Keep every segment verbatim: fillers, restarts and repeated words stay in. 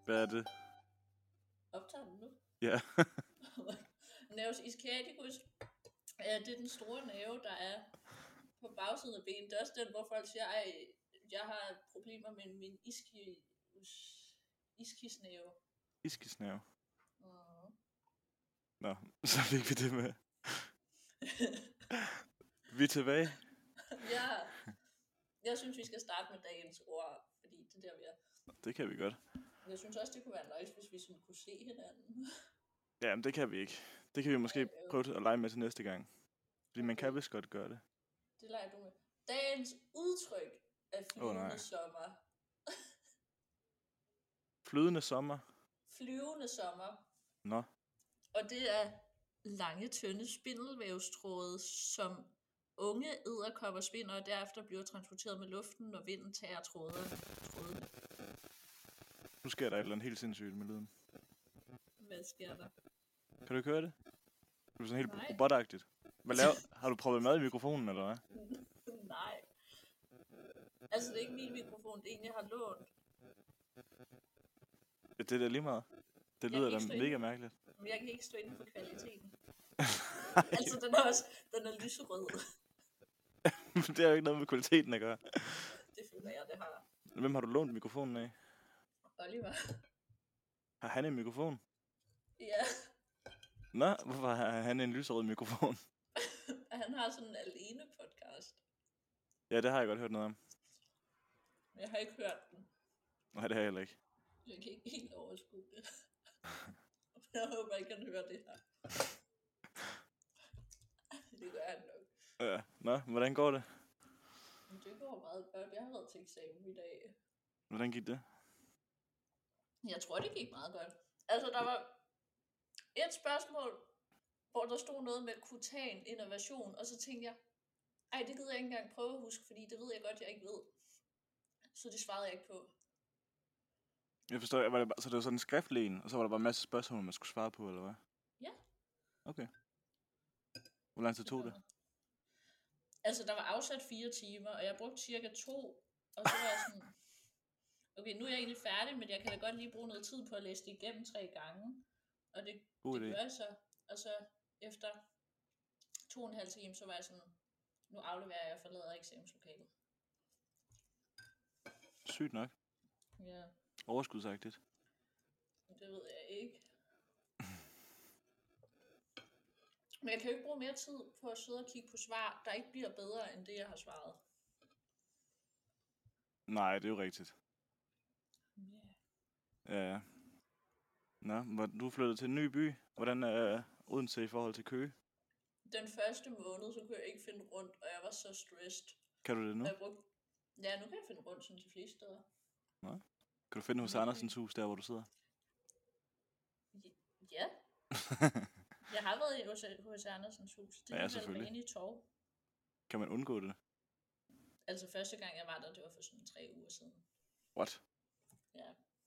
Hvad er det? Optager den nu? Ja. Nervus ischiaticus, ja, det er den store nerve, der er på bagsiden af benet. Det er også den, hvor folk siger, ej, jeg har problemer med min ischis, ischisnerve. Iskisnerve. Mm. Nå, så fik vi det med. Vi er tilbage. Ja, jeg synes, vi skal starte med dagens ord, fordi det der vi er. Det kan vi godt. Jeg synes også, det kunne være nice, hvis vi sådan kunne se hinanden. Ja, men det kan vi ikke. Det kan vi måske prøve at lege med til næste gang. Fordi man kan vist godt gøre det. Det leger du med. Dagens udtryk er flyvende Åh, sommer. Flydende sommer. Flyvende sommer. Nå. Og det er lange, tynde spindelvævstråde, som unge edderkopper spinder, og derefter bliver transporteret med luften, når vinden tager trådene. trådene. Nu sker der et eller andet helt sindssygt med lyden. Hvad sker der? Kan du ikke høre det? Du er sådan helt Nej. robotagtigt. Hvad laver? Har du proppet mad i mikrofonen, eller hvad? Nej. Altså, det er ikke min mikrofon, det er en, jeg har lånt. Det er da lige meget. Det lyder da mega mærkeligt. Men jeg kan ikke stå inden for kvaliteten. Altså, den er også, den er lyserød. Det er jo ikke noget med kvaliteten at gøre. Det føler jeg, det har. Hvem har du lånt mikrofonen af? Oliver. Har han en mikrofon? Ja. Nå, hvorfor har han en lyserød mikrofon? Han har sådan en alene podcast. Ja, det har jeg godt hørt noget om. Men jeg har ikke hørt den. Nej, det har jeg heller ikke. Jeg kan ikke helt overskue det. Jeg håber ikke, han hører det her. Det gør han nok. Ja, nå, hvordan går det? Det går meget godt. Jeg har været til eksamen i dag. Hvordan gik det? Jeg tror, det gik meget godt. Altså, der var et spørgsmål, hvor der stod noget med kutan innovation, og så tænkte jeg, ej, det gider jeg ikke engang prøve at huske, fordi det ved jeg godt, jeg ikke ved. Så det svarede jeg ikke på. Jeg forstår, var det, bare, så det var sådan en skriftlig en, og så var der bare en masse spørgsmål, man skulle svare på, eller hvad? Ja. Okay. Hvor lang tid tog det? Altså, der var afsat fire timer, og jeg brugte cirka to, og så var jeg sådan, okay, nu er jeg egentlig færdig, men jeg kan da godt lige bruge noget tid på at læse det igennem tre gange. Og det, det gør jeg så. Og så efter to og en halv time, så var jeg sådan, nu afleverer jeg og forlader eksamenslokalet. Sygt nok. Ja. Overskudsagtigt. Det ved jeg ikke. Men jeg kan jo ikke bruge mere tid på at sidde og kigge på svar, der ikke bliver bedre end det, jeg har svaret. Nej, det er jo rigtigt. Yeah. Ja, ja. Nå, du er flyttet til en ny by. Hvordan er Odense i forhold til Køge? Den første måned, så kunne jeg ikke finde rundt, og jeg var så stressed. Kan du det nu? Jeg brugte... Ja, nu kan jeg finde rundt sådan de fleste steder. Nå. Kan du finde hos Andersens hus, der hvor du sidder? Ja. Jeg har været i hos Andersens hus. Det er ja, selvfølgelig inde i Torv. Kan man undgå det? Altså første gang jeg var der, det var for sådan tre uger siden. What? Ja.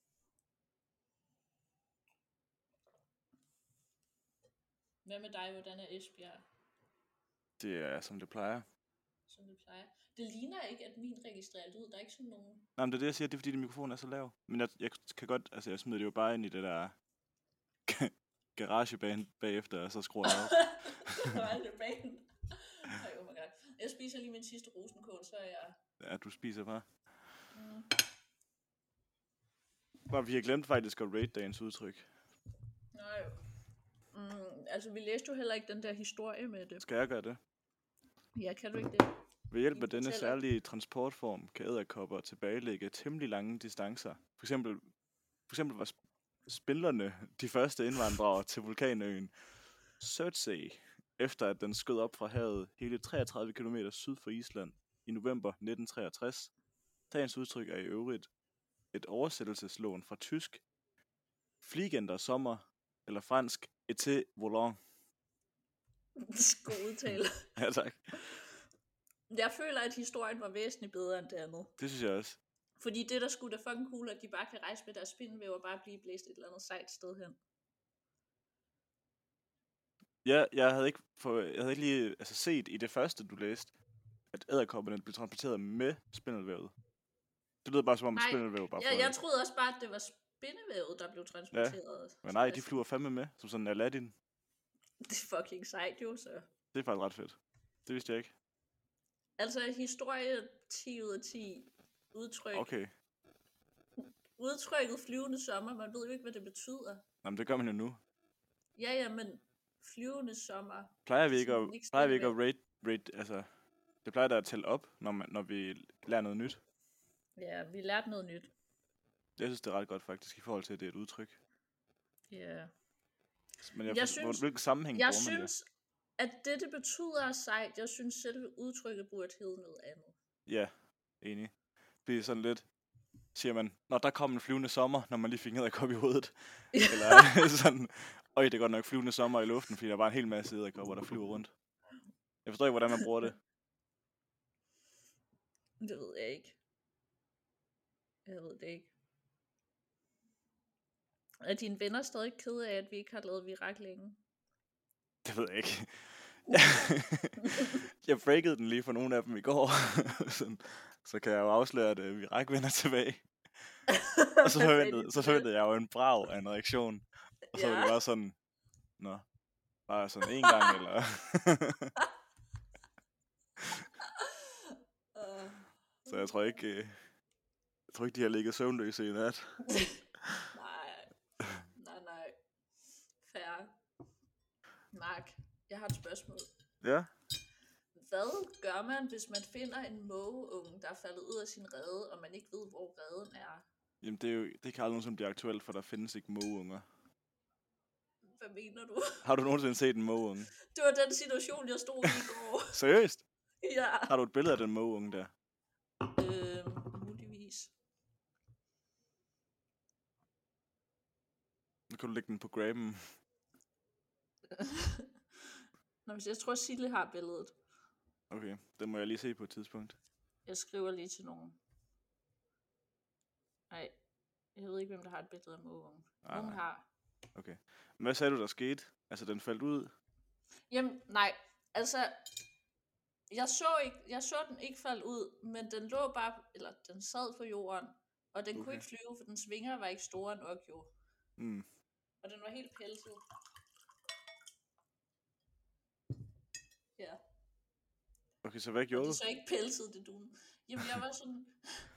Hvad med dig? Hvordan er Esbjerg? Det er som det plejer. Som det plejer. Det ligner ikke, at min registrerer lyd. Der er ikke sådan nogen... Nej, men det er det, jeg siger. Det er fordi, din mikrofon er så lav. Men jeg, jeg kan godt... Altså, jeg smider det jo bare ind i det der... garagebane bagefter, og så skruer jeg op. Garagebane? Ej, oh my god. Jeg spiser lige min sidste rosenkål, så er jeg... Ja, du spiser bare. Mm. Bare, vi har glemt faktisk at rate dagens udtryk. Nej. Mm, altså, vi læste jo heller ikke den der historie med det. Skal jeg gøre det? Ja, kan du ikke det? Ved hjælp af denne særlige transportform kan edderkopper tilbagelægge temmelig lange distancer. For eksempel, for eksempel var spillerne de første indvandrere til vulkanøen Surtsey, efter at den skød op fra havet hele treogtredive kilometer syd for Island i november nitten treogtres. Dagens udtryk er i øvrigt et oversættelseslån fra tysk Fliegender Sommer eller fransk Été volant. God udtale. Ja, tak. Jeg føler, at historien var væsentligt bedre end det andet. Det synes jeg også. Fordi det, der skulle da fucking cool, at de bare kan rejse med deres spindelvæv og bare blive blæst et eller andet sejt sted hen. Ja, jeg havde ikke, for, jeg havde ikke lige altså, set i det første, du læste, at edderkopperne blev transporteret med spindelvævet. Det lød bare som om, Nej, spindelvæv bare jeg, jeg troede også bare, at det var spindevævet, der blev transporteret. Men nej, de flyver fandme med, som sådan en Aladdin. Det er fucking sejt jo, så. Det er faktisk ret fedt. Det vidste jeg ikke. Altså, historie ti ud af ti. Udtryk. Okay. Udtrykket flyvende sommer, man ved jo ikke, hvad det betyder. Jamen, det gør man jo nu. Ja, ja, men flyvende sommer. Plejer vi ikke at, ikke plejer vi ikke at rate, rate, altså, det plejer da at tælle op, når, man, når vi lærer noget nyt. Ja, vi lærte noget nyt. Jeg synes, det er ret godt faktisk, i forhold til, at det er et udtryk. Ja. Men jeg, jeg for, synes, hvilken sammenhæng jeg bruger man synes, det? at det, det betyder er sejt. Jeg synes, selve udtrykket burde hedde noget andet. Ja, enig. Det er sådan lidt, siger man, når der kom en flyvende sommer, når man lige fik ned og kom i hovedet. Eller sådan, øj, det er godt nok flyvende sommer i luften, fordi der var en hel masse edderkopper, der flyver rundt. Jeg forstår ikke, hvordan man bruger det. Det ved jeg ikke. Jeg ved det ikke. Er dine venner stadig kede af, at vi ikke har lavet virak længe? Det ved jeg ikke. Jeg breakede den lige for nogle af dem i går. Sådan, så kan jeg jo afsløre, at uh, virak vender tilbage. Og så forventede, så forventede jeg jo en brag af en reaktion. Og så ja. var det bare sådan, nå, bare sådan en gang, eller... uh, så jeg tror ikke, uh, jeg tror ikke, de har ligget søvnløse i nat. nej, nej, nej. Fair. Mark, jeg har et spørgsmål. Ja? Hvad gør man, hvis man finder en mågeunge, der er faldet ud af sin rede, og man ikke ved, hvor reden er? Jamen, det, er jo, det kan aldrig nogensinde blive aktuelt, for der findes ikke mågeunger. Hvad mener du? Har du nogensinde set en mågeunge? Det var den situation, jeg stod i i går. Seriøst? Ja. Har du et billede af den mågeunge der? Øhm, muligvis. Nu kan du lægge den på Graben. Nå, hvis jeg tror, Sille har billedet. Okay, det må jeg lige se på et tidspunkt. Jeg skriver lige til nogen. Nej, jeg ved ikke, hvem der har et billede af mågeungen. Ah, Nogen har. Okay. Men hvad sagde du, der skete? Altså, den faldt ud? Jamen, nej. Altså, jeg så, ikke, jeg så den ikke falde ud, men den lå bare, eller den sad på jorden, og den okay. kunne ikke flyve, for dens vinger var ikke store nok jo. Mm. Og den var helt pelset. Ja. Okay, så hvad gjorde du? Det er så ikke pelset, det du. Jamen, jeg var sådan...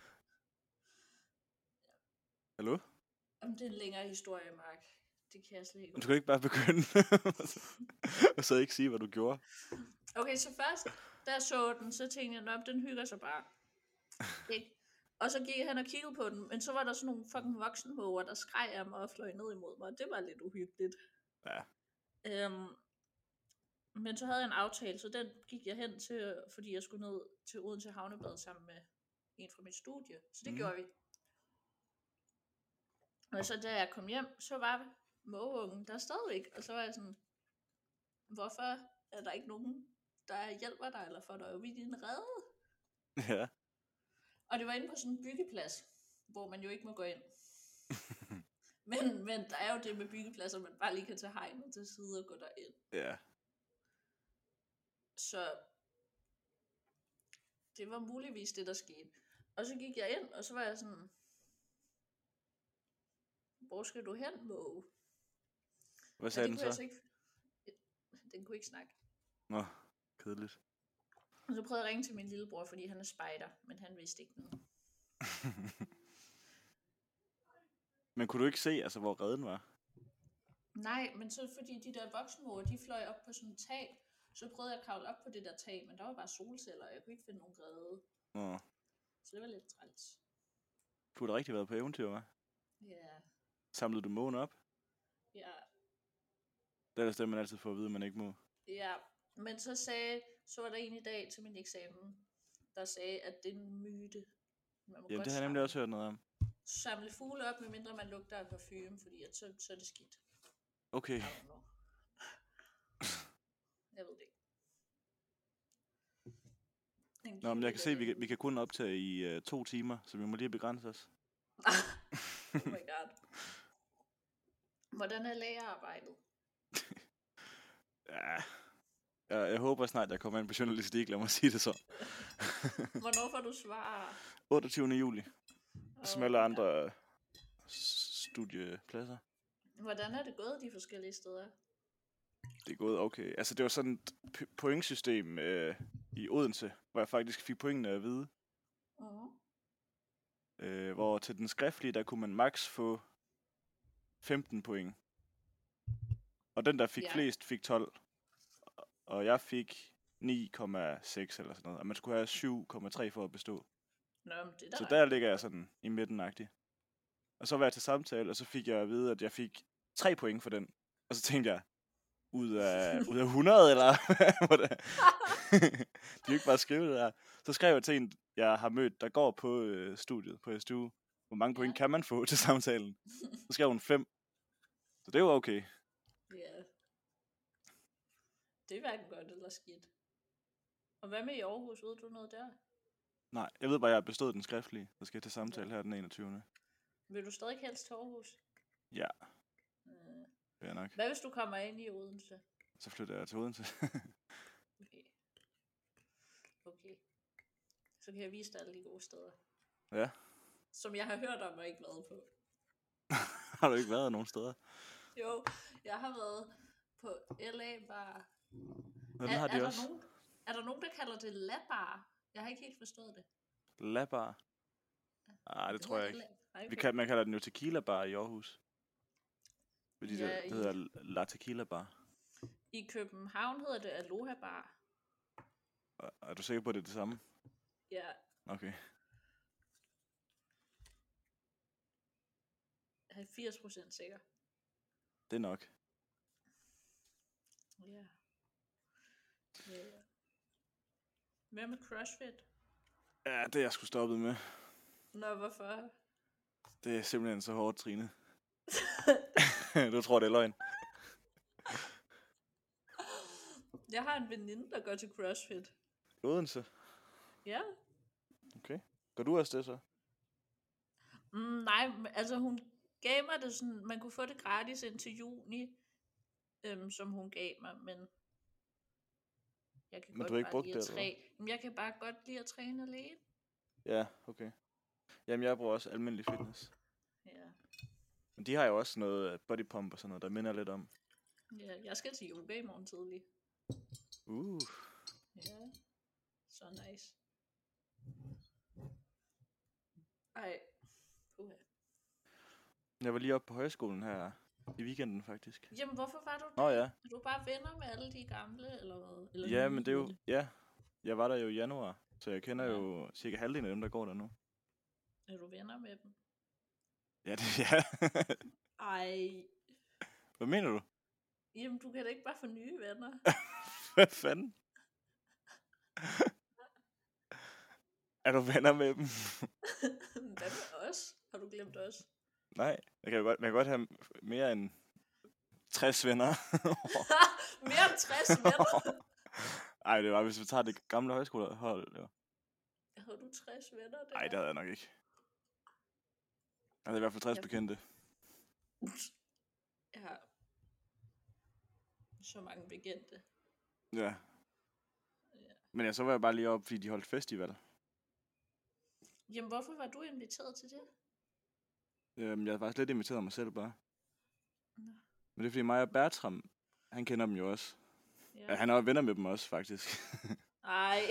Hallo? Jamen, det er en længere historie, Mark. Det kan jeg slet ikke. Du kan ikke bare begynde og så ikke sige, hvad du gjorde. Okay, så først, da jeg så den, så tænkte jeg, at den hygger sig bare. Ikke? Og så gik jeg hen og kiggede på den, men så var der sådan nogle fucking voksenmåger, der skreg af mig og fløj ned imod mig, og det var lidt uhyggeligt. Ja. Øhm, men så havde jeg en aftale, så den gik jeg hen til, fordi jeg skulle ned til Odense Havnebad sammen med en fra mit studie. Så det mm. gjorde vi. Og så da jeg kom hjem, så var mågeungen der stadigvæk, og så var jeg sådan, hvorfor er der ikke nogen, der hjælper dig, eller får dig jo i din rede? Ja. Og det var inde på sådan en byggeplads, hvor man jo ikke må gå ind. men, men der er jo det med byggepladser, man bare lige kan tage hegnet til side og gå derind. Ja. Så det var muligvis det, der skete. Og så gik jeg ind, og så var jeg sådan, hvor skal du hen, måge? Hvad sagde den, den så? Ikke... Den kunne ikke snakke. Nå, kedeligt. Og så prøvede jeg at ringe til min lillebror, fordi han er spejder, men han vidste ikke noget. Men kunne du ikke se, altså, hvor reden var? Nej, men så fordi de der voksenmåger, de fløj op på sådan et tag, så prøvede jeg at kravle op på det der tag, men der var bare solceller, og jeg kunne ikke finde nogen rede. Nå. Så det var lidt træls. Du har da rigtig været på eventyr, hva'? Ja. Samlede du mågen op? Ja. Det er det sted, man altid får at vide, at man ikke må. Ja, men så sagde, så var der en i dag til min eksamen, der sagde, at det er en myte. Man må Jamen, godt det har jeg nemlig også hørt noget om. Samle fugle op, medmindre man lugter af parfume, fordi at så, så er det skidt. Okay. Jeg ved det ikke. Nå, men jeg kan se, at vi kan, vi kan kun optage i uh, to timer, så vi må lige begrænse os. Oh my god. Hvordan er lagerarbejdet? Ja, jeg, jeg håber snart, jeg kommer ind på journalistik, lad mig sige det så. Hvornår får du svar? otteogtyvende juli. Oh, som alle andre studiepladser. Hvordan er det gået de forskellige steder? Det er gået okay. Altså, det var sådan et p- pointsystem øh, i Odense, hvor jeg faktisk fik pointene at vide. Uh-huh. Øh, hvor til den skriftlige, der kunne man max få femten point. Og den, der fik Ja. flest, fik tolv. Og jeg fik ni komma seks eller sådan noget. Og man skulle have syv komma tre for at bestå. Nå, men det er da Så ret der godt. ligger jeg sådan i midten-agtig. Og så var jeg til samtale, og så fik jeg at vide, at jeg fik tre point for den. Og så tænkte jeg, ud af, ud af hundrede, eller hvad? De er jo ikke bare skrive det der. Så skrev jeg til en, jeg har mødt, der går på øh, studiet på S D U. Hvor mange point Ja. kan man få til samtalen? Så skrev hun fem. Så det var okay. Ja. Det er hverken godt eller skidt. Og hvad med i Aarhus? Ved du noget der? Nej, jeg ved bare, at jeg har bestået den skriftlige. Så skal jeg til samtale her den enogtyvende. Vil du stadig helst til Aarhus? Ja, Øh. det er jeg nok. Hvad hvis du kommer ind i Odense? Så flytter jeg til Odense. Okay. Okay. Så kan jeg vise dig alle de gode steder. Ja. Som jeg har hørt om og ikke været på. Har du ikke været nogen steder? Jo, jeg har været på L A Bar. Hvordan Er, har er, de der også? nogen, er der nogen, der kalder det La Bar? Jeg har ikke helt forstået det. La Bar? Nej, det tror jeg ikke. Nej, Vi kan, man kalder den jo Tequila Bar i Aarhus. Fordi Ja, det, det i- hedder La Tequila Bar. I København hedder det Aloha Bar. Er- Er du sikker på, at det er det samme? Ja, Okay. jeg er firs procent sikker. Det er nok. Ja. Ja, ja. Hvad med CrossFit? Ja, det er jeg sgu stoppet med. Nå, hvorfor? Det er simpelthen så hårdt, Trine. Du tror, det er løgn. Jeg har en veninde, der går til CrossFit. Odense. Ja. Okay. Går du også det så? Mm, nej, men altså hun gav mig det sådan, man kunne få det gratis indtil juni, øhm, som hun gav mig, men jeg kan Men godt du har ikke bare brugt lide det, at eller hvad? træne. Men jeg kan bare godt lide at træne alene. Ja, okay. Jamen, jeg bruger også almindelig fitness. Ja. Men de har jo også noget øh, body pump og sådan noget, der minder lidt om. Ja, jeg skal til yoga i morgen tidlig. Uh. Ja, så nice. Ej, puha. Jeg var lige oppe på højskolen her i weekenden, faktisk. Jamen, hvorfor var du der? Nå ja. Er du bare venner med alle de gamle, eller hvad? Eller Ja, nye men det er jo... venner? Ja, jeg var der jo i januar, så jeg kender Ja. jo cirka halvdelen af dem, der går der nu. Er du venner med dem? Ja, det ja. Ej, Hvad mener du? jamen du kan da ikke bare få nye venner. Hvad fanden? Er du venner med dem? Hvad med os? Har du glemt os? Nej, jeg kan jo godt, man kan godt have mere end tres venner. Mere end tres venner? Ej, det var, hvis vi tager det gamle højskolehold. Jo. Har du tres venner der? Ej, det havde jeg nok ikke. Jeg havde i hvert fald tres Ja. bekendte. Jeg har så mange bekendte. Ja. Ja. Men ja, så var jeg bare lige oppe, fordi de holdt festival. Jamen, hvorfor var du inviteret til det? Øhm, jeg har faktisk lidt inviteret mig selv bare. Nå. Men det er fordi mig og Bertram, han kender dem jo også. Ja. Ja, han er jo venner med dem også, faktisk. Ej,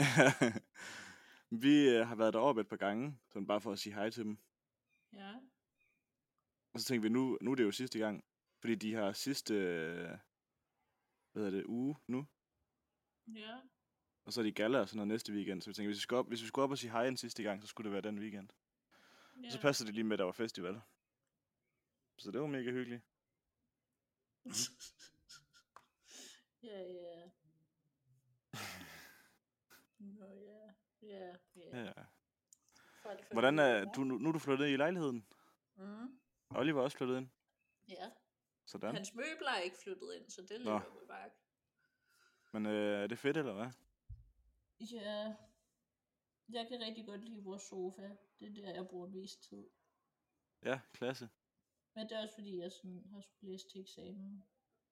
Vi øh, har været deroppe et par gange, sådan bare for at sige hej til dem. ja. Og så tænkte vi, nu, nu er det jo sidste gang. Fordi de har sidste, øh, hvad hedder det, uge nu. Ja. Og så er de gala og sådan noget næste weekend. Så vi tænkte, hvis vi skulle op, hvis vi skulle op og sige hej en sidste gang, så skulle det være den weekend. Ja. Og så passede det lige med, at der var festival. Så det var mega hyggeligt. Ja, ja. Nå, ja. Ja, ja. Ja. Folk følger Hvordan med, er hva'? du, nu nu er du flyttet ind i lejligheden? Mm. Oliver er også flyttet ind. Ja. Sådan. Hans møbler er ikke flyttet ind, så det Nå. ligger på bakke. Men øh, er det fedt, eller hvad? Ja. Jeg kan rigtig godt lide vores sofa. Det er der, jeg bruger mest tid. Ja, klasse. Men det er også fordi, jeg sådan har skulle læse til eksamen.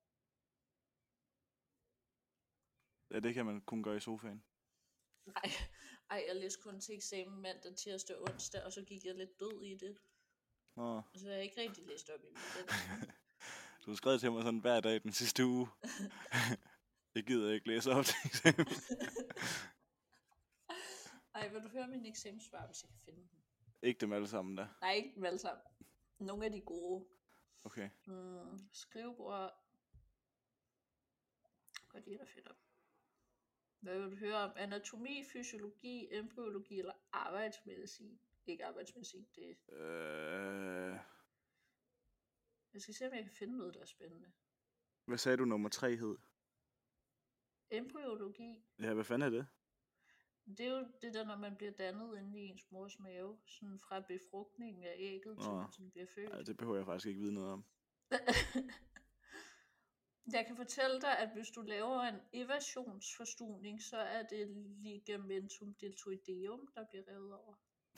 Ja, det kan man kun gøre i sofaen. Nej, ej, jeg læste kun til eksamen mandag, tirsdag og onsdag, og så gik jeg lidt død i det. Nå. Så jeg har ikke rigtig læst op i weekenden. Du har skrevet til mig sådan hver dag den sidste uge. Jeg gider ikke læse op til eksamen. Ej, vil du høre min eksamenssvar, hvis jeg kan finde den? Ikke dem alle sammen da. Nej, ikke dem alle sammen. Nogle af de gode. Okay. Mm, skrivebord. Godt lige der fedt op. Hvad vil du høre om? Anatomi, fysiologi, embryologi eller arbejdsmedicin? Ikke arbejdsmedicin, det er... Øh... Jeg skal se, om jeg kan finde noget, der er spændende. Hvad sagde du nummer tre hed? Embryologi. Ja, hvad fanden er det? Det er jo det der, når man bliver dannet inde i ens mors mave. Sådan fra befrugtningen af ægget til Nå. man sådan bliver født. Ej, det behøver jeg faktisk ikke vide noget om. Jeg kan fortælle dig, at hvis du laver en eversionsforstuning, så er det ligamentum deltoideum, der bliver revet over.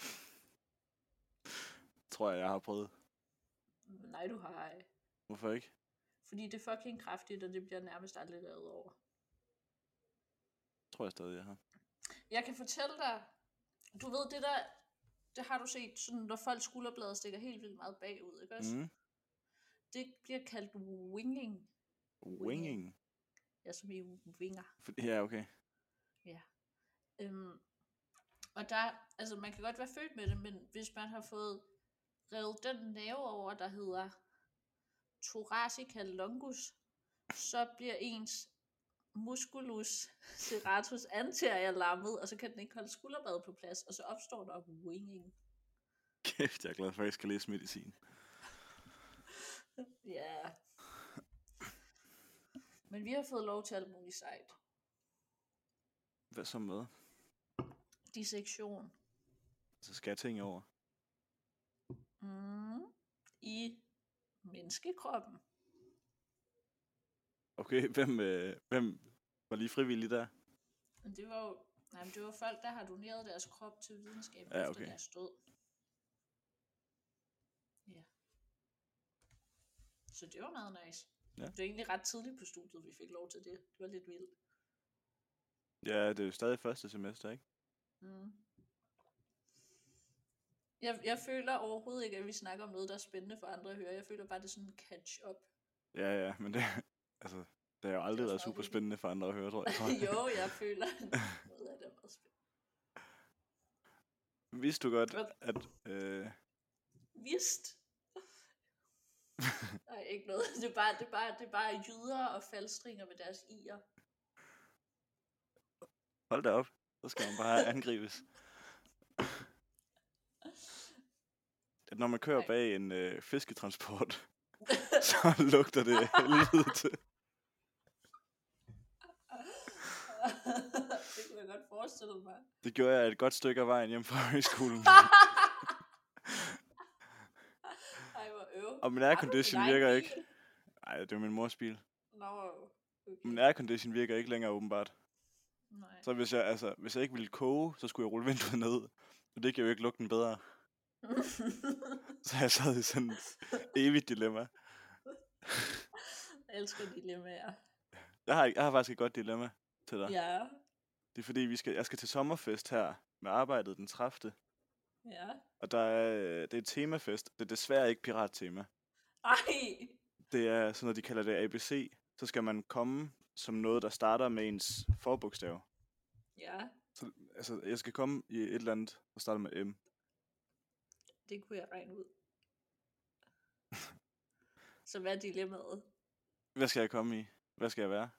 Tror jeg, jeg har prøvet. Nej, du har ej. Hvorfor ikke? Fordi det er fucking kraftigt, og det bliver nærmest aldrig revet over. Tror jeg stadig, jeg har. Jeg kan fortælle dig, du ved det der, det har du set, sådan, når folks skulderblade stikker helt vildt meget bagud, ikke også? Mm. Det bliver kaldt winging. Winging? Ja, som i vinger. Ja, okay. Ja. Øhm, og der, altså man kan godt være født med det, men hvis man har fået revet den nerve over, der hedder thoracica longus, så bliver ens musculus serratus anterior lammet, og så kan den ikke holde skulderbladet på plads, og så opstår der winging. Kæft, jeg er glad for, at jeg skal læse medicin. Ja. Men vi har fået lov til alt muligt sejt. Hvad så med? Dissektion. Så skal jeg tænke over. Mm. I menneskekroppen. Okay, hvem, øh, hvem var lige frivillig der? Men det var jo, nej, men det var folk, der har doneret deres krop til videnskaben Ja, efter okay. deres død. Ja. Så det var meget nice. Ja. Det var egentlig ret tidligt på studiet, vi fik lov til det. Det var lidt vildt. Ja, det er jo stadig første semester, ikke? Mm. Jeg, jeg føler overhovedet ikke, at vi snakker om noget, der er spændende for andre at høre. Jeg føler bare, det er sådan en catch-up. Ja, ja, men det, altså, det har jo aldrig været super spændende for andre at høre, tror jeg. Tror jeg. Jo, jeg føler, noget af det er meget spændende. Vidste du godt, at... Øh... Vist? Nej, ikke noget. Det er bare, det er bare, det er bare jyder og faldstringer med deres i'er. Hold da op. Så skal man bare angribes. At når man kører bag en øh, fisketransport, så lugter det helvede til. Det kunne jeg godt forestille mig. Det gjorde jeg et godt stykke af vejen hjem fra højskolen. Ej, hvor øv. Og min aircondition virker ikke. Nej, det er min mors bil. Nå, okay. Min aircondition virker ikke længere åbenbart. Nej. Så hvis jeg, altså, hvis jeg ikke ville koge, så skulle jeg rulle vinduet ned. Og det kan jo ikke lugte den bedre. Så jeg sad i sådan et evigt dilemma. Jeg elsker dilemmaer. Jeg har, jeg har faktisk et godt dilemma til dig. Ja. Det er fordi, vi skal, jeg skal til sommerfest her med arbejdet den tredivte Ja. Og der er, det er et temafest. Det er desværre ikke pirattema. Ej. Det er sådan noget, de kalder det A B C. Så skal man komme som noget, der starter med ens forbogstav. Ja. Så, altså, jeg skal komme i et eller andet, der starter med M. Det kunne jeg regne ud. Så hvad er dilemmaet? Hvad skal jeg komme i? Hvad skal jeg være?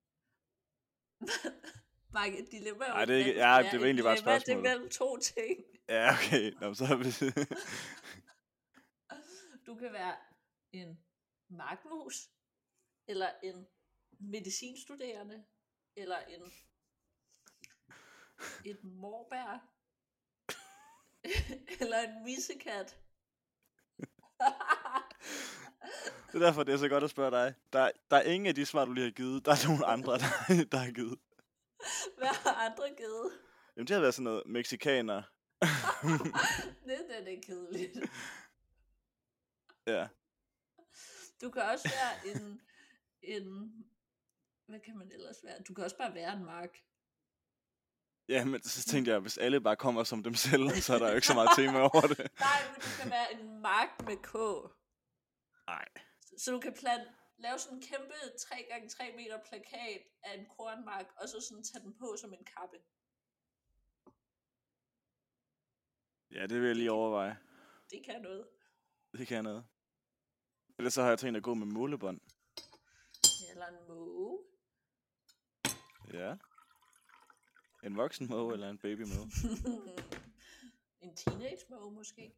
Mark, et dilemma er jo Nej, det er ikke, ikke- ja, det var egentlig bare et dilemma, spørgsmål. Det er mellem to ting. Ja, okay. Nå, så Du kan være en markmus, eller en medicinstuderende, eller en et morbær, eller en missekat. Det er derfor, det er så godt at spørge dig. Der, der er ingen af de svar, du lige har givet. Der er nogen andre, der, der har givet. Hvad har andre givet? Jamen, det har været sådan noget mexikaner. Det, det er det kedeligt. Ja. Du kan også være en, en, hvad kan man ellers være? Du kan også bare være en mark. Ja, men så tænkte jeg, hvis alle bare kommer som dem selv, så er der jo ikke så meget tema over det. Nej, men du kan være en mark med K. Nej. Så du kan plan lave sådan en kæmpe tre gange tre meter plakat af en kornmark, og så sådan tage den på som en kappe. Ja, det vil jeg lige overveje. Det kan noget. Det kan noget. Ellers så har jeg tænkt at gå med målebånd. Eller en måge. Ja. En voksen måge eller en baby måge. En teenage måge måske.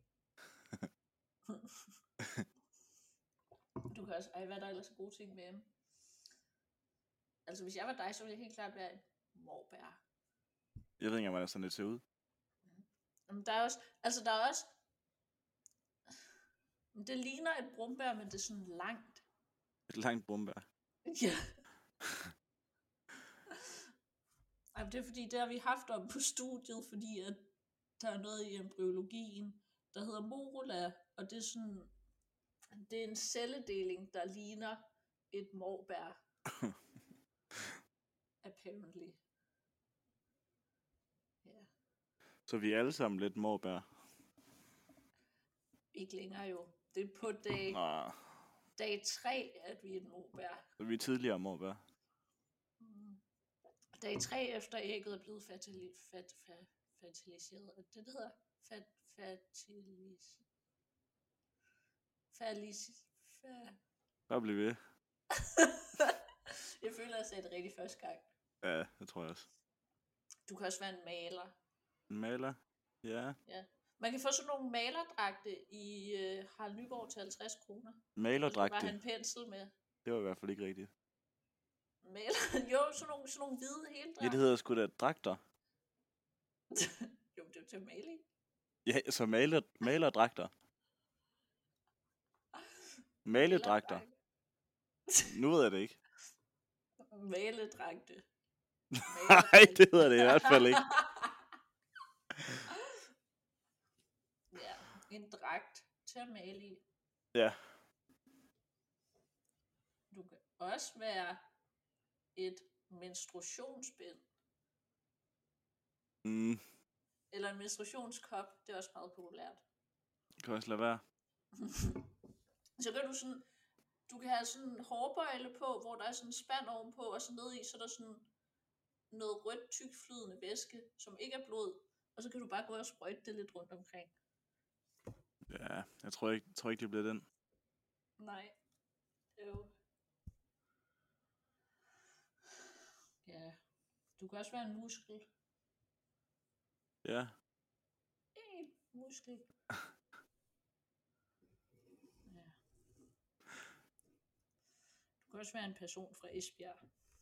Du kan også, ej, hvad er der ellers så gode ting med dem? Altså, hvis jeg var dig, så ville jeg helt klart være en morbær. Jeg ved ikke, hvordan sådan lidt ser ud. Men der er også, altså der er også, det ligner et brumbær, men det er sådan langt. Et langt brumbær. Ja. Ej, det er fordi, det har vi haft om på studiet, fordi at der er noget i embryologien, der hedder morula, og det er sådan, det er en celledeling, der ligner et morbær. Apparently. Ja. Så vi er alle sammen lidt morbær. Ikke længere jo. Det er på dag, Nå, dag tre, at vi er et morbær. så vi er tidligere morbær. Mm. Dag tre efter ægget er blevet fatali, fat, fat, fertiliseret. Er det, det hedder? Fat, fertilis... Falis... Fa... Bare bliv ved. Jeg føler, at jeg sagde det rigtig første gang. Ja, det tror jeg også. Du kan også være en maler. En maler? Ja. Ja. Man kan få sådan nogle malerdragte i øh, Harald Nyborg til halvtreds kroner. Malerdragte? Og så bare have en pensel med. Det var i hvert fald ikke rigtigt. Maler? Jo, sådan nogle, sådan nogle hvide heldragter. Ja, det hedder sgu da dragter. Jo, det er til at male i. Ja, så maler, malerdragter. Maledragter. Nu ved jeg det ikke. Maledragte. Nej, det hedder det i hvert fald ikke. Ja, en dragt til at male i. Ja. Du kan også være et menstruationsbind. Mm, Eller en menstruationskop. Det er også meget populært. det kan også lade være. Så kan du sådan, du kan have sådan en hårbøjle på, hvor der er sådan en spand ovenpå, og så nede i, så er der sådan noget rødt, tyk flydende væske, som ikke er blod, og så kan du bare gå og sprøjte det lidt rundt omkring. Ja, jeg tror ikke, jeg tror ikke det bliver den. Nej. Jo. Ja. Du kan også være en muskel. Ja. En muskel. Ja. Du kan også være en person fra Esbjerg.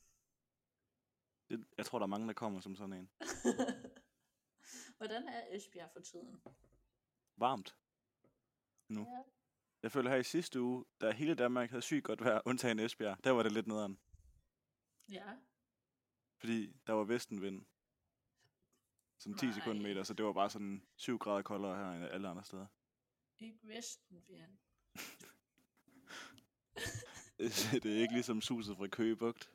Det, jeg tror, der er mange, der kommer som sådan en. Hvordan er Esbjerg for tiden? Varmt. Nu. Ja. Jeg føler her i sidste uge, da hele Danmark havde sygt godt vejr, undtagen Esbjerg, der var det lidt nederen. Ja. Fordi der var vestenvind. Sådan ti Nej. sekundmeter, så det var bare sådan syv grader koldere her end alle andre steder. Ikke vestenvind. Det er ikke ligesom suset fra Køge Bugt.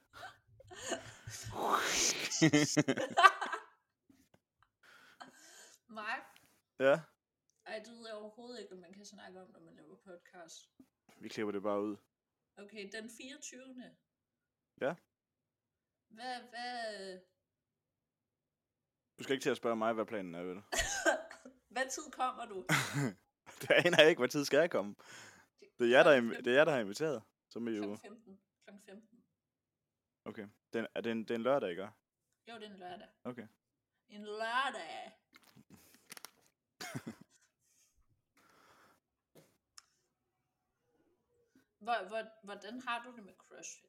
Mark? Ja, Ej, det ved jeg overhovedet ikke, om man kan snakke om, når man laver podcast. vi klipper det bare ud. Okay, den fireogtyvende Ja. Hvad, hvad... Du skal ikke til at spørge mig, hvad planen er, vel? Hvad tid kommer du? Det aner jeg ikke, hvad tid skal jeg komme. Det er jer, der, er, det er jer, der har inviteret. Så må I jo... klokken femten. klokken femten. Okay. Den, er det en, det er en lørdag, ikke? Jo, det er en lørdag. Okay. En lørdag. Hvor, hvor, hvordan har du det med CrossFit?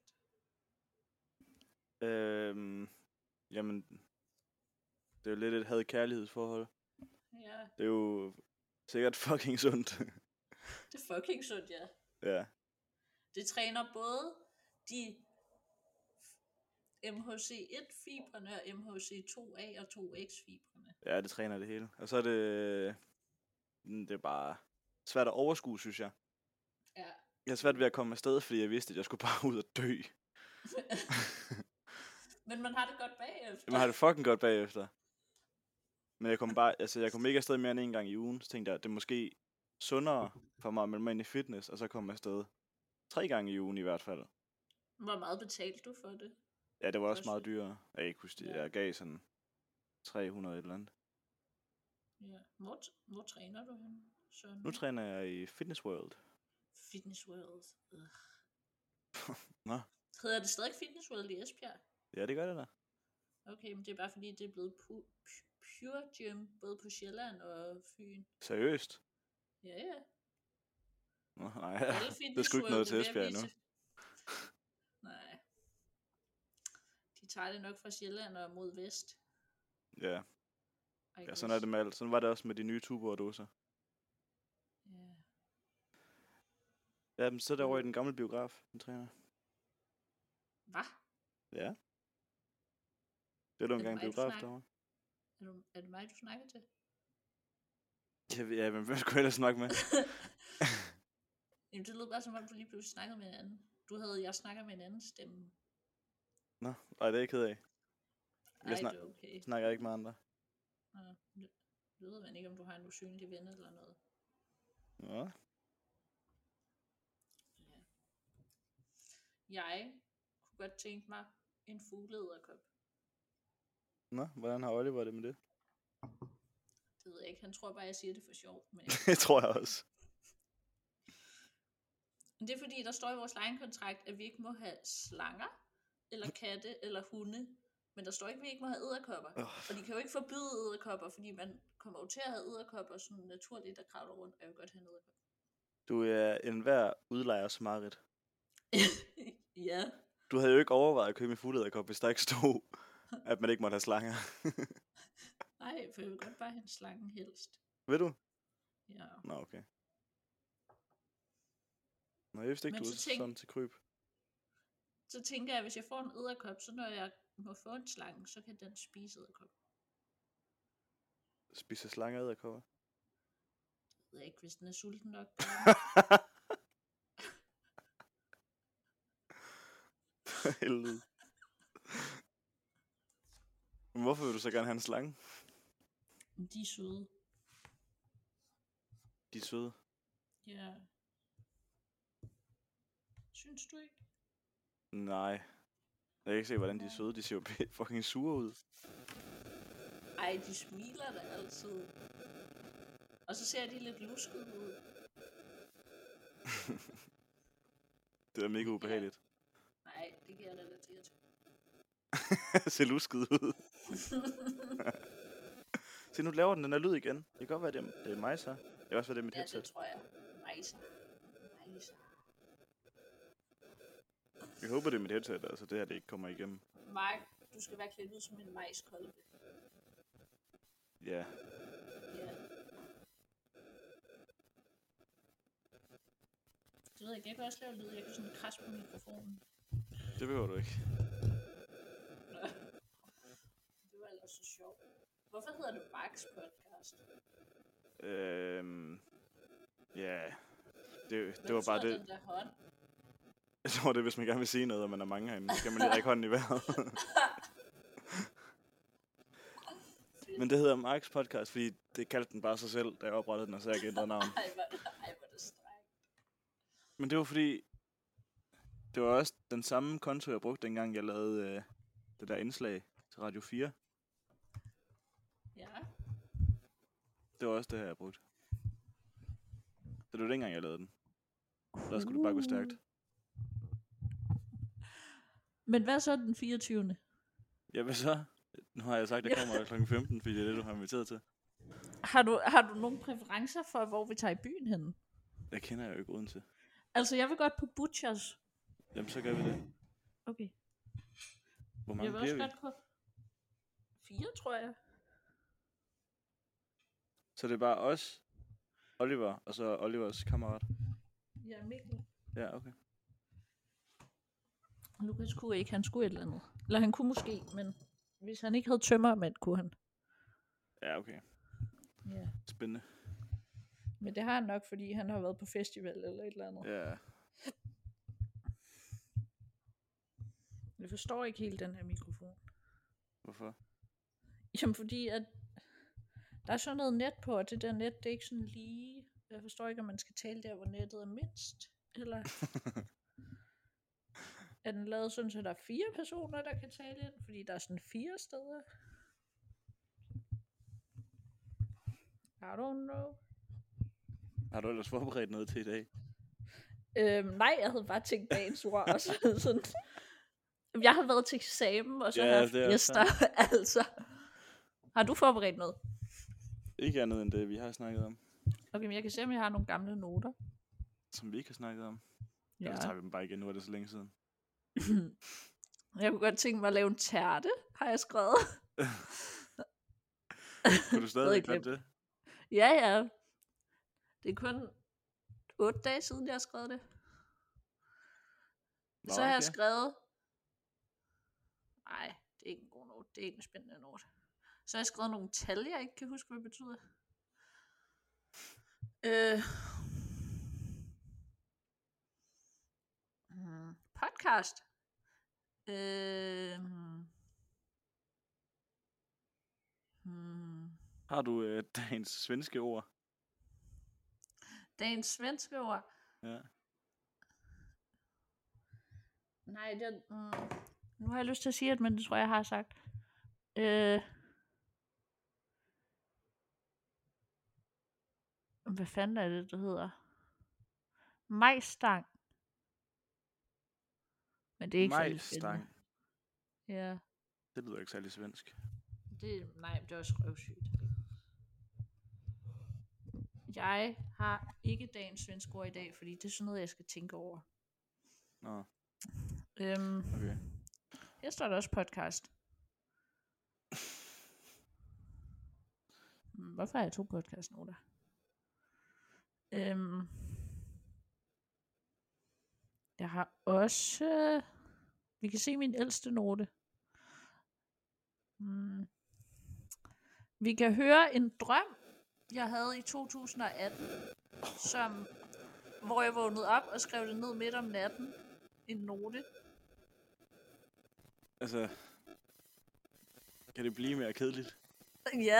Øhm, jamen, det er jo lidt et had-kærlighedsforhold. Ja, Det er jo sikkert fucking sundt. det er fucking sundt, ja. Ja. Det træner både de M H C et fibrene og M H C to A og to X fibrene. Ja, det træner det hele. Og så er det... mm, Det er bare svært at overskue, synes jeg. Ja. Jeg har svært ved at komme afsted, fordi jeg vidste, at jeg skulle bare ud og dø. Men man har det godt bagefter. Man har det fucking godt bagefter. Men jeg kom bare, altså jeg kom ikke afsted mere end en gang i ugen. Så tænkte jeg, at det er måske sundere for mig at melde mig ind i fitness, og så komme afsted tre gange i ugen i hvert fald. Hvor meget betalte du for det? Ja, det var også Også meget fedt. dyrere. Jeg kan ikke huske det. Ja. Jeg gav sådan tre hundrede et eller andet. Ja. Hvor, t- hvor træner du henne? Sådan. Nu træner jeg i Fitness World. Fitness World. Ugh. Nå, Hedder det stadig Fitness World i Esbjerg? ja, det gør det da. Okay, men det er bare fordi, det er blevet pu- pu- Pure Gym, både på Sjælland og Fyn. Seriøst? Ja, ja. Nå, nej, Alle det er Fitness sgu ikke World noget er til ved at Esbjerg blive endnu. til- Nej. De tager det nok fra Sjælland og mod vest. Ja, I ja, sådan er guess. det med alt. Sådan var det også med de nye tuborg-dåser. Ja. Ja, men så er derovre i den gamle biograf, den træner. Hvad? Ja. Det er jo Er det engang en mig, du biograf snakker? derovre. Er, du, er det mig, du snakker til? Jeg ved- Ja, men hvem skulle jeg ellers snakke med? Jamen, det lød bare som om, du lige pludselig snakkede med en anden. Du havde, jeg snakker med en anden stemme. Nå, ej, det er jeg ked af. Ej, Jeg snak- det er okay. snakker ikke med andre. Nå, det det ved man ikke, om du har en usynlig ven eller noget. Ja. Ja. Jeg kunne godt tænke mig en fuglederkop. Nå, hvordan har Oliver det med det? Det ved jeg ikke. Han tror bare, jeg siger det for sjov. Men, Det tror jeg også. men det er fordi, der står i vores lejekontrakt, at vi ikke må have slanger, eller katte, eller hunde. Men der står ikke, at vi ikke må have edderkopper. Oh, Og de kan jo ikke forbyde edderkopper, fordi man kommer jo til at have edderkopper sådan naturligt, der kravler rundt, og jeg vil godt have en edderkop. du er enhver udlejers mareridt. Ja. Du havde jo ikke overvejet at købe en fuglederkop, hvis der ikke stod, at man ikke måtte have slanger. Nej, for jeg vil godt bare have en slange helst. Ved du? Ja. Nå, okay. Nå, jeg vidste ikke, Men du så var tænk- sådan til kryb. Så tænker jeg, at hvis jeg får en edderkop, så når jeg må få en slange, så kan den spise edderkop. Spiser slanger edderkopper? Jeg ved ikke, hvis den er sulten nok. Helvede. Men hvorfor vil du så gerne have en slange? De er søde. De er søde. Ja. Synes du ikke? Nej. Jeg kan ikke se, hvordan de er søde. De ser jo p- fucking sure ud. Ej, de smiler da altid. Og så ser de lidt luskede ud. Det er mega ubehageligt. Nej, det kan jeg relatere til. Se lusket ud. Se, nu laver den den der lyd igen. Det kan godt være, det er, det er mig så. Det kan også være, det er mit Ja, det headset. tror jeg. Majser. Majser. Jeg håber, det er mit headset, altså det her, det ikke kommer igennem. Mark, du skal være klædt ud som en majskolbe. Ja. Ja. Det ved jeg ikke. Jeg kan også lave lyd. Jeg kan sådan krasse på mikrofonen. Det behøver du ikke. Det var ellers så sjovt. Hvorfor hedder det Marks podcast? Øhm... Ja. Det, Hvad det var bare betyder det. Den der hånd? Jeg tror, det er, hvis man gerne vil sige noget, og man er mange herinde. Så kan man lige række hånden i vejret. Men det hedder Marks podcast, fordi det kaldte den bare sig selv, da jeg oprettede den, og så har jeg ikke ændret navn. Ej, hvor ej, hvor er det strengt. Men det var fordi, det var også den samme konto, jeg brugte, dengang jeg lavede øh, det der indslag til Radio fire. Ja. Det var også det her, jeg brugte. Så det var dengang, jeg lavede den. Der skulle det bare gå stærkt. Men hvad så den fireogtyvende? Ja, hvad så? Nu har jeg sagt, at jeg kommer klokken femten, fordi det er det, du har inviteret til. Har du, har du nogle præferencer for, hvor vi tager i byen hen? Jeg kender jeg jo ikke uden til. Altså, jeg vil godt på Butchers. Jamen, så gør vi det. Okay. Hvor Jeg mange vil bliver også vi? godt på fire, tror jeg. Så det er bare os, Oliver, og så Olivers kammerat. Ja, Mikkel. Ja, okay. Lukas kunne ikke, han skulle et eller andet. Eller han kunne måske, men hvis han ikke havde tømmermænd, kunne han. Ja, okay. Ja. Spændende. Men det har han nok, fordi han har været på festival eller et eller andet. Ja. Jeg forstår ikke helt den her mikrofon. Hvorfor? Jamen fordi, at Der er sådan noget net på, og det der net, det er ikke sådan lige... Jeg forstår ikke, om man skal tale der, hvor nettet er mindst. Eller er den lavet sådan, så der er fire personer, der kan tale ind? Fordi der er sådan fire steder. I don't know. Har du ellers forberedt noget til i dag? Øhm, nej, jeg havde bare tænkt dagens ord. Og så, sådan, jeg har været til eksamen, og så Ja, har jeg haft det er gæster. Altså. Har du forberedt noget? Ikke andet end det, vi har snakket om. Okay, men jeg kan se, om jeg har nogle gamle noter. Som vi ikke har snakket om. Ja. Ellers tager vi dem bare igen, nu er det så længe siden. Jeg kunne godt tænke mig at lave en tærte, har jeg skrevet. Kunne du stadig godt det? Ja, ja. Det er kun otte dage siden, jeg har skrevet det. Nå, så har okay. jeg skrevet... Nej, det er ikke en god note. Det er ikke en spændende note. Så har jeg skrevet nogle tal, jeg ikke kan huske, hvad det betyder. Øh... Hmm. Podcast. Øh... Hmm. Har du øh, dagens svenske ord? Dagens svenske ord? Ja. Nej, det, mm, nu har jeg lyst til at sige det, men det tror jeg, jeg har sagt. Øh, hvad fanden er det, det hedder? Majstang. Men det er ikke særlig spændende. Ja. Det lyder ikke særlig svensk. Det, nej, det er også røvsygt. Jeg har ikke dagens svenske ord i dag, fordi det er sådan noget, jeg skal tænke over. Nå. Øhm, okay. Her står der også podcast. Hvorfor har jeg to podcastnoter? Øhm, jeg har også... Vi kan se min ældste note. Hmm. Vi kan høre en drøm, jeg havde i to tusind og atten, som, hvor jeg vågnede op og skrev det ned midt om natten. En note. Altså, kan det blive mere kedeligt? Ja.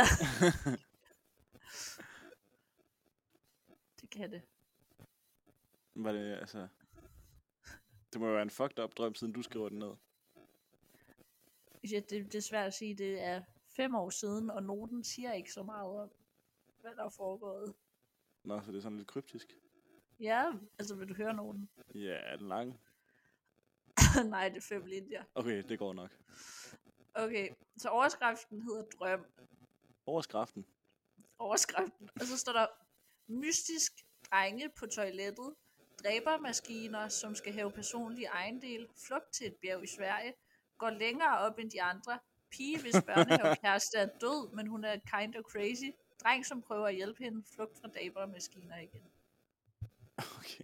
Det kan det. Var det, altså... Det må jo være en fucked up drøm, siden du skriver den ned. Ja, det, det er svært at sige. Det er fem år siden, og noten siger ikke så meget om, hvad der er foregået. Nå, så det er sådan lidt kryptisk. Ja, altså vil du høre noten? Ja, er den lang? Nej, det er fem linjer. Okay, det går nok. Okay, så overskriften hedder drøm. Overskriften? Overskriften. Og så står der, mystisk drenge på toilettet, dræbermaskiner, som skal have personlig ejendel, flugt til et bjerg i Sverige, går længere op end de andre, pige, hvis børnehavekæreste er død, men hun er kind of crazy, dreng, som prøver at hjælpe hende, flugt fra dræbermaskiner igen. Okay.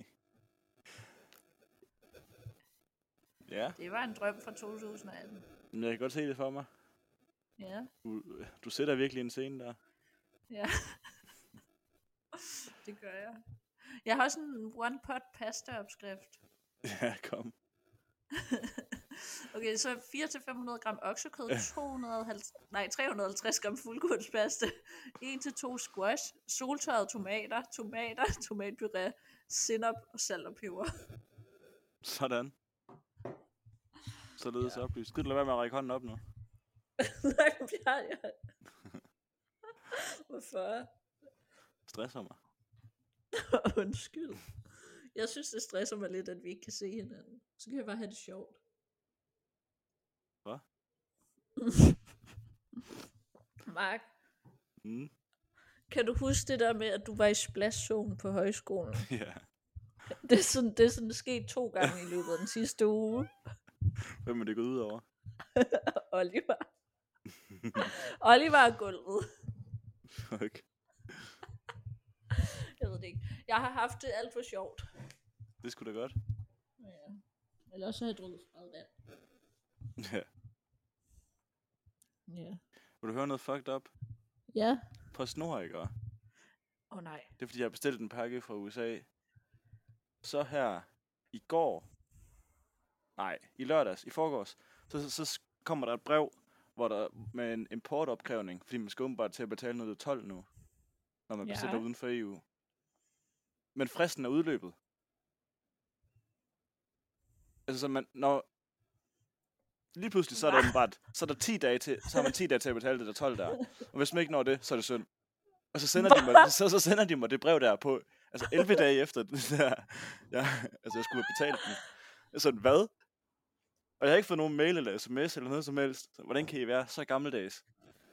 Ja. Det var en drøm fra to tusind og atten. Men jeg kan godt se det for mig. Ja. Du, du sætter virkelig en scene der. Ja. Det gør jeg. Jeg har også en one pot pasta opskrift. Ja, kom. Okay, så fire til fem hundrede gram oksekød, to hundrede og halvtreds, nej, tre hundrede og halvtreds gram fuldkornspasta, en til to squash, soltørrede tomater, tomater, tomatpuré, sennep og salt og peber. Sådan. Således ja. Oplyst. Skal du lade være med at række hånden op nu? Nej, Bjørn, jeg... Hvorfor? Stresser mig. Undskyld. Jeg synes, det stresser mig lidt, at vi ikke kan se hinanden. Så kan jeg bare have det sjovt. Hvad? Mark. Mm. Kan du huske det der med, at du var i splash zone på højskolen? Ja. Det er sådan, det er sådan sket to gange i løbet af den sidste uge. Hvem er det gået ud over? Oliver. Oliver er gulvet. Fuck. Jeg ved det ikke. Jeg har haft det alt for sjovt. Det skulle da godt. Ja. Eller også har jeg drukket for meget vand. Ja. Ja. Vil du høre noget fucked up? Ja. På snor, ikke? Åh oh, nej. Det er fordi, jeg har bestilt en pakke fra U S A. Så her i går, nej, i lørdags, i forgårs, så, så, så kommer der et brev, hvor der med en importopkrævning, fordi man skal åbenbart til at betale noget tolv nu, når man Ja. bestiller uden for E U. Men fristen er udløbet. Altså, så man, når... Lige pludselig, så er der Hva? åbenbart, så er der ti dage til, så har man ti dage til at betale det der tolv der. Og hvis man ikke når det, så er det synd. Og så sender, de mig, så, så sender de mig det brev der på, altså elleve dage efter det der, ja, altså jeg skulle have betalt den. Jeg sådan, hvad? Og jeg har ikke fået nogen mail eller sms eller noget som helst. Så, hvordan kan I være så gammeldags?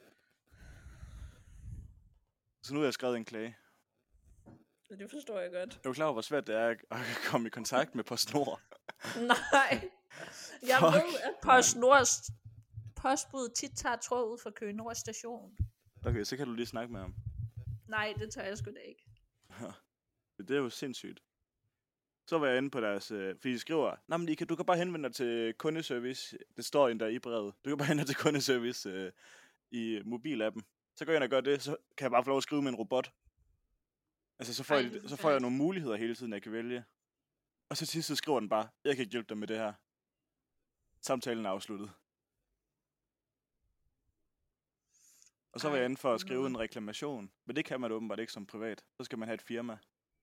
Så nu har jeg skrevet en klage. Det forstår jeg godt. Jeg er jo klar over, hvor svært det er at komme i kontakt med PostNord. Nej. Jeg Fuck. ved, at PostNords postbud tit tager tog ud fra Køge Nord station. Okay, så kan du lige snakke med ham. Nej, det tør jeg sgu da ikke. Det er jo sindssygt. Så var jeg inde på deres, øh, fordi de skriver, nej, men I kan, du kan bare henvende dig til kundeservice. Det står endda i brevet. Du kan bare henvende dig til kundeservice øh, i mobilappen. Så går jeg ind og gør det, så kan jeg bare få lov at skrive med en robot. Altså, så får, Ej, jeg, det er så får jeg forfærdeligt. nogle muligheder hele tiden, jeg kan vælge. Og så til sidst så skriver den bare, jeg kan ikke hjælpe dig med det her. Samtalen er afsluttet. Og så var Ej, jeg inde for at skrive noget. en reklamation. Men det kan man åbenbart ikke som privat. Så skal man have et firma.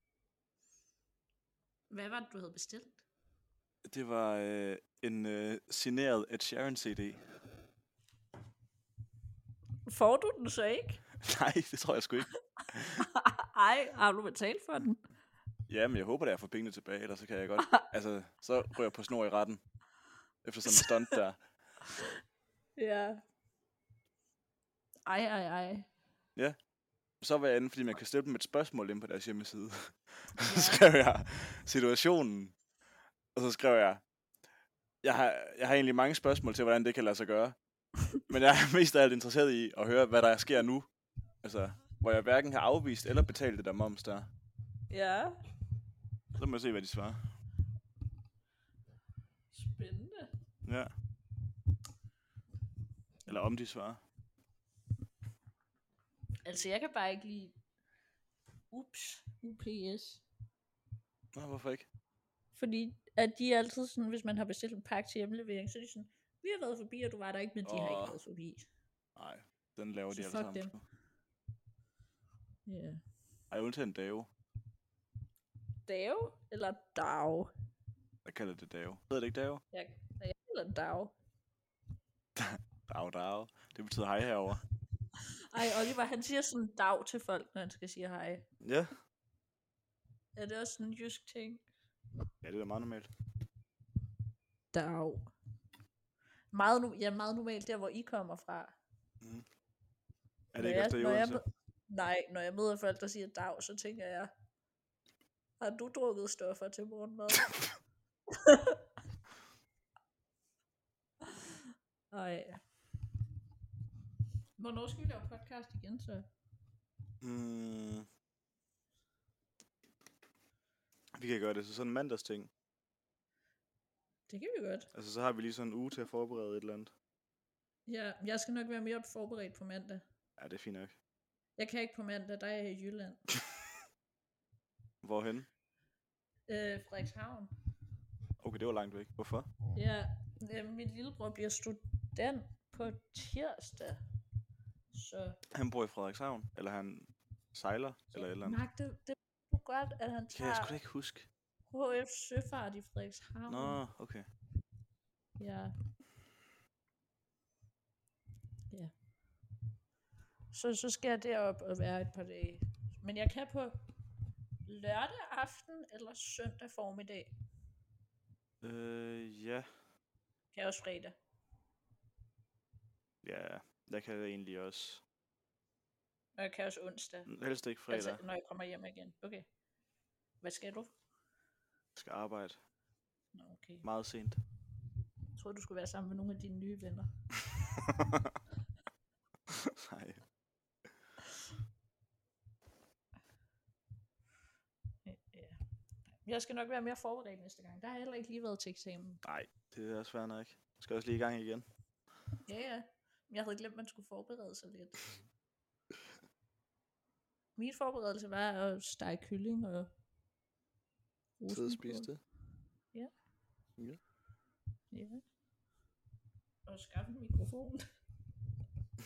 Hvad var det, du havde bestilt? Det var øh, en øh, signeret Ed Sheeran C D. Får du den så ikke? Nej, det tror jeg sgu ikke. Ej, har du betalt for den? Ja, men jeg håber, at jeg får pengene tilbage, ellers så kan jeg godt... Altså, så ryger jeg på snor i retten. Efter sådan en stunt der. Ja. Ej, ej, ej. Ja. Så var jeg inde, fordi man kan stille dem et spørgsmål ind på deres hjemmeside. Ja. Så skrev jeg situationen. Og så skrev jeg, jeg har, jeg har egentlig mange spørgsmål til, hvordan det kan lade sig gøre. Men jeg er mest af alt interesseret i at høre, hvad der sker nu. Altså, hvor jeg hverken har afvist eller betalt det der moms der. Ja. Så må jeg se, hvad de svarer. Spændende. Ja. Eller om de svarer. Altså, jeg kan bare ikke lide... Ups. U P S. Nå, hvorfor ikke? Fordi at de er altid sådan, hvis man har bestilt en pakke til hjemlevering, så er de sådan, vi har været forbi, og du var der ikke, men de oh. har Åh. ikke været forbi. Nej, den laver Så de alle fuck sammen. dem. sgu. Ja. Yeah. Ej, undtagen Dave. Dave eller Dag? Jeg kalder det Dave. Hedder det ikke Dave? Jeg, jeg kalder Dag. Dag, dag. Det betyder hej herover. Ej, Oliver, han siger sådan dag til folk, når han skal sige hej. Ja. Er det også sådan en jysk ting? Ja, det er da meget normalt. Dag. Meget, nu, ja, meget normalt der, hvor I kommer fra. Mm. Er det Når ikke jeg- også det, når jeg Odense? mød- Nej, når jeg møder folk, der siger dag, så tænker jeg, har du drukket stoffer til morgenmad? Ej. Hvornår skal vi lave podcast igen, så? Mm. Vi kan gøre det til sådan en mandagsting. Det kan vi godt. Altså, så har vi lige sådan en uge til at forberede et eller andet. Ja, jeg skal nok være mere forberedt på mandag. Ja, det er fint nok. Jeg kan ikke på mandag, der er jeg i Jylland. Hvorhen? Øh, Frederikshavn. Okay, det var langt væk. Hvorfor? Ja, øh, min lillebror bliver student på tirsdag. Så Han bor i Frederikshavn? Eller han sejler? Eller et eller andet? Mark, det, det er godt, at han Kan jeg tager sgu da ikke huske. H F Søfart i Frederikshavn. Nå, okay. Ja. Ja. Så, så skal jeg derop og være et par dage. Men jeg kan på lørdag aften eller søndag formiddag. Øh, ja. Kan jeg også fredag. Ja, jeg kan det egentlig også. Og jeg kan også onsdag. Helst ikke fredag. Altså, når jeg kommer hjem igen. Okay. Hvad skal du? Jeg skal arbejde Nå, okay. meget sent. Jeg troede, du skulle være sammen med nogle af dine nye venner. Nej. Ja. Jeg skal nok være mere forberedt næste gang. Der har jeg heller ikke lige været til eksamen. Nej, det er også fair nok. Jeg skal også lige i gang igen. Ja, ja. Jeg havde glemt, at man skulle forberede sig lidt. Min forberedelse var at stege kylling og Sidde og spise det. Ja. Ja. Ja. Og skaffe en mikrofon.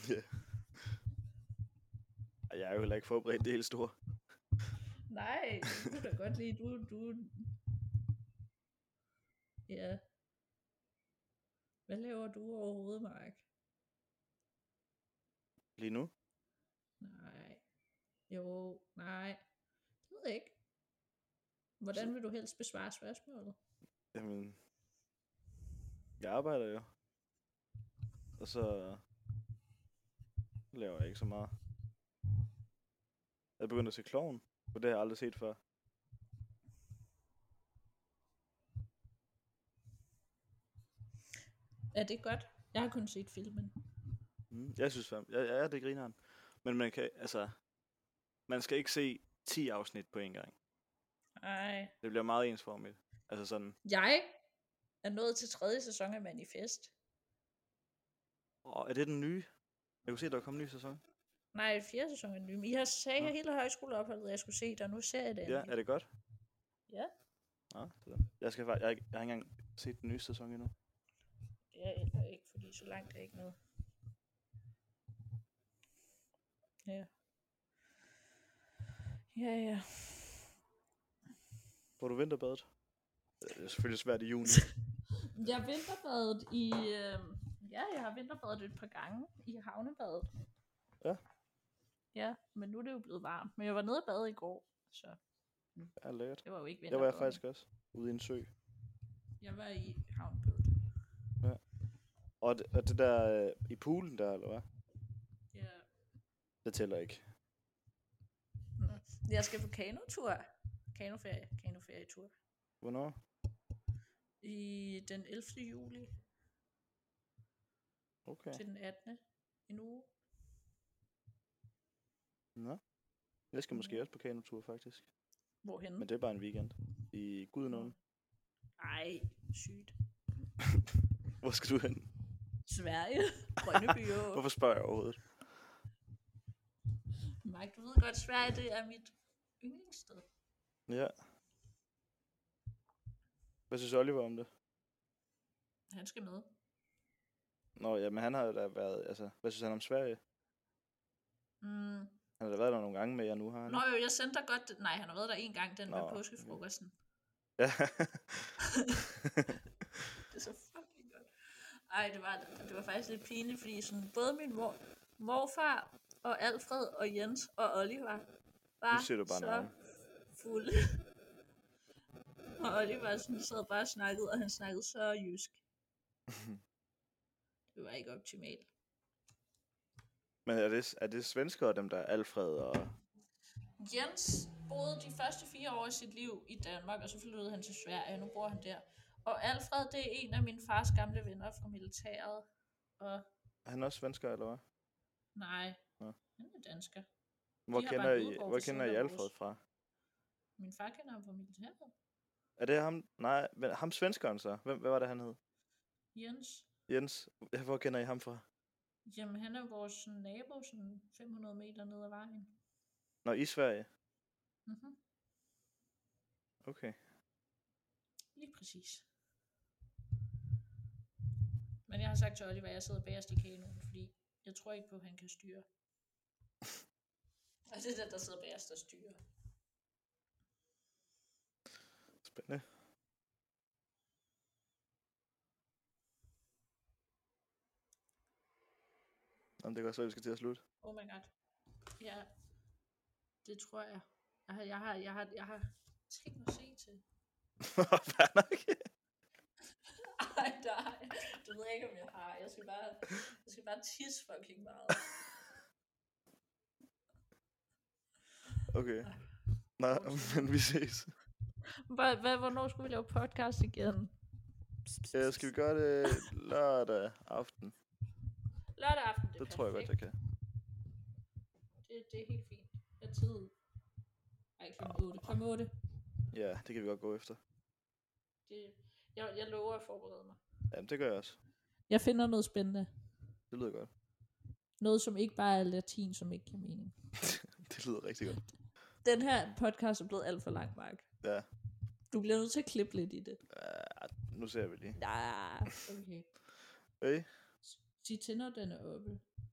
Ja. Og jeg er jo heller ikke forberedt det helt store. Nej, du kan da godt lide, du, du... Ja. Hvad laver du overhovedet, Mark? Lige nu? Nej. Jo, nej. Det ved jeg ikke. Hvordan vil du helst besvare spørgsmålet? Jamen, jeg arbejder jo. Og så laver jeg ikke så meget. Jeg begyndte at se Klovn, for det har jeg aldrig set før. Er det godt? Jeg har kun set filmen. Mm, jeg synes fandme, ja, ja, det griner han. Men man kan, altså, man skal ikke se ti afsnit på en gang. Nej. Det bliver meget ensformigt. Altså sådan, Jeg er nået til tredje sæson af Manifest. åh, er det den nye? Jeg kunne se, at der kom en ny sæson. Nej, fjerde sæson er ny. Men I har sagt Nå. hele højskoleopholdet, at jeg skulle se det, og nu ser jeg det. Ja, er det godt? Ja. Nå, det er. Jeg, skal, faktisk- jeg, har ikke- jeg har ikke engang set den nye sæson endnu. Det er jeg heller ikke, fordi så langt er ikke noget. Ja. Ja, ja. Hvor du vinterbadet? Det er selvfølgelig svært i juni. Jeg har vinterbadet i... Øh... Ja, jeg har vinterbadet et par gange i havnebadet. Ja. Ja, men nu er det jo blevet varmt. Men jeg var nede og bade i går, så Ja, lækkert. det var jo ikke Det var jeg vinterbadning. faktisk også. Ude i en sø. Jeg var i havnebadet. Ja. Og det, og det der øh, i poolen der, eller hvad? Ja. Det tæller ikke. Nå. Jeg skal på kanotur. Kanoferie. Kanoferietur. Hvornår? I den ellevte juli Okay. til den attende En uge. Nå. Jeg skal måske også på kanotur, faktisk. Hvorhenne? Men det er bare en weekend. I Gudenåen. Ej, sygt. Hvor skal du hen? Sverige. Brøndeby Å. Hvorfor spørger jeg overhovedet? Mike, du ved godt, Sverige det er mit yndlingssted. Ja. Hvad synes Oliver om det? Han skal med. Nå, ja, men han har jo da været, altså, hvad synes han om Sverige? Mm. Han har da været der nogle gange med jer nu, har han? Nå jo, jeg sendte dig godt... Nej, han har været der en gang, den Nå, med påskefrokosten. Ja. Det er så fucking godt. Ej, det var, det var faktisk lidt pinligt, fordi sådan, både min mor, morfar og Alfred og Jens og Oliver var Nu siger du bare så navn. fulde. Og Oliver sådan, sad bare og snakkede, og han snakkede så jysk. Det var ikke optimalt. Men er det, er det svenskere, dem der er Alfred og... Jens boede de første fire år af sit liv i Danmark, og så flyttede han til Sverige, og nu bor han der. Og Alfred, det er en af min fars gamle venner fra militæret. Og Er han også svensker, eller hvad? nej, Nå. han er dansker. Hvor De har kender bare en I, hovedgård hvor ved kender siden I af Alfred vores. fra? Min far kender ham fra militæret. Er det ham? Nej, men ham svenskeren så? Hvem, hvad var det, han hed? Jens. Jens. Hvor kender I ham fra? Jamen, han er vores sådan, nabo, sådan fem hundrede meter ned ad vejen. Nå, i Sverige? Mhm. Okay. Lige præcis. Men jeg har sagt til Oliver, at jeg sidder bagerst i kanoen, fordi jeg tror ikke på, at han kan styre. Og det er den, der sidder bagerst og styrer. Spændende. Jamen, det kan også være, vi skal til at slutte. Oh my god. Ja, det tror jeg. Jeg har, jeg har, jeg har, jeg har ting at se til. Fair nok. Ej, nej. Det ved jeg ikke, om jeg har. Jeg skal bare, jeg skal bare tisse fucking meget. Okay. Nej, men vi ses. Hvad, hvad, hvornår skulle vi lave podcast igen? Ja, skal vi gøre det lørdag aften? Lørdag aften, det er Det tror jeg godt, jeg kan. Det, det er helt fint. Jeg har tid. Ej, klokken otte. Klokken otte. Ja, det kan vi godt gå efter. Det, jeg, jeg lover at forberede mig. Jamen, det gør jeg også. Jeg finder noget spændende. Det lyder godt. Noget, som ikke bare er latin, som ikke giver mening. Det lyder rigtig godt. Den her podcast er blevet alt for lang, Mark. Ja. Du bliver nødt til at klippe lidt i det. Ja, nu ser vi lige. Ja, okay. Hey. Sig til, når den er oppe.